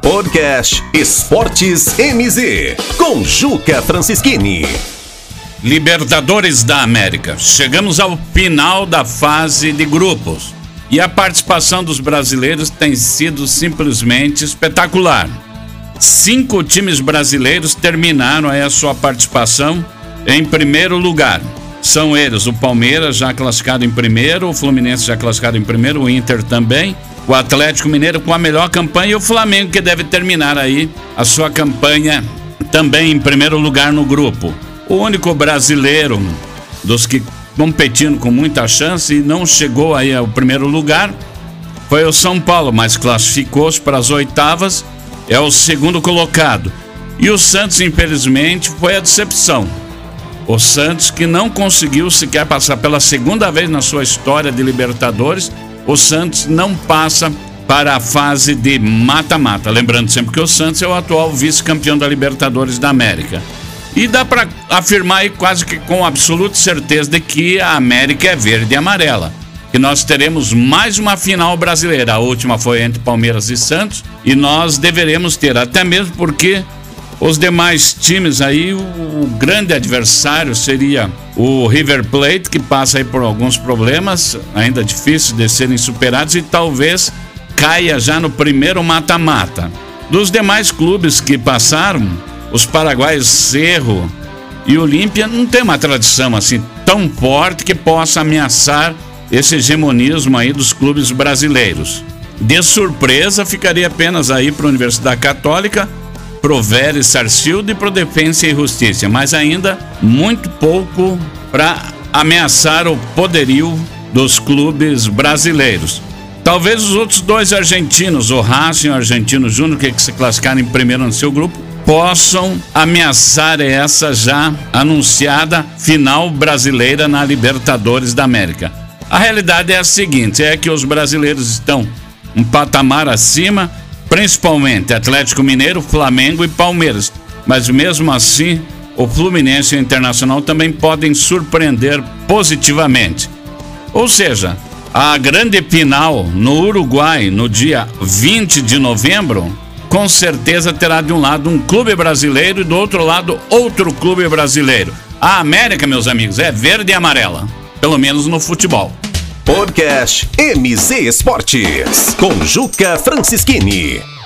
Podcast Esportes MZ, com Juca Francischini. Libertadores da América. Chegamos ao final da fase de grupos. E a participação dos brasileiros tem sido simplesmente espetacular. 5 times brasileiros terminaram aí a sua participação em primeiro lugar. São eles o Palmeiras, já classificado em primeiro, o Fluminense já classificado em primeiro, o Inter também, o Atlético Mineiro com a melhor campanha e o Flamengo, que deve terminar aí a sua campanha também em primeiro lugar no grupo. O único brasileiro dos que competindo com muita chance e não chegou aí ao primeiro lugar foi o São Paulo, mas classificou-se para as oitavas, é o segundo colocado. E o Santos, infelizmente, foi a decepção. O Santos, que não conseguiu sequer passar pela segunda vez na sua história de Libertadores, o Santos não passa para a fase de mata-mata. Lembrando sempre que o Santos é o atual vice-campeão da Libertadores da América. E dá para afirmar aí quase que com absoluta certeza de que a América é verde e amarela. Que nós teremos mais uma final brasileira. A última foi entre Palmeiras e Santos. E nós deveremos ter, até mesmo porque os demais times aí, o grande adversário seria o River Plate, que passa aí por alguns problemas, ainda difíceis de serem superados, e talvez caia já no primeiro mata-mata. Dos demais clubes que passaram, os paraguaios Cerro e Olímpia não tem uma tradição assim tão forte que possa ameaçar esse hegemonismo aí dos clubes brasileiros. De surpresa, ficaria apenas aí para a Universidade Católica, pro Vélez Sarsfield e pro Defensa e Justiça, mas ainda muito pouco para ameaçar o poderio dos clubes brasileiros. Talvez os outros dois argentinos, o Racing e o Argentino Júnior, que se classificaram em primeiro no seu grupo, possam ameaçar essa já anunciada final brasileira na Libertadores da América. A realidade é a seguinte, é que os brasileiros estão um patamar acima, principalmente Atlético Mineiro, Flamengo e Palmeiras. Mas mesmo assim, o Fluminense e o Internacional também podem surpreender positivamente. Ou seja, a grande final no Uruguai, no dia 20 de novembro, com certeza terá de um lado um clube brasileiro e do outro lado outro clube brasileiro. A América, meus amigos, é verde e amarela, pelo menos no futebol. Podcast MZ Esportes, com Juca Francischini.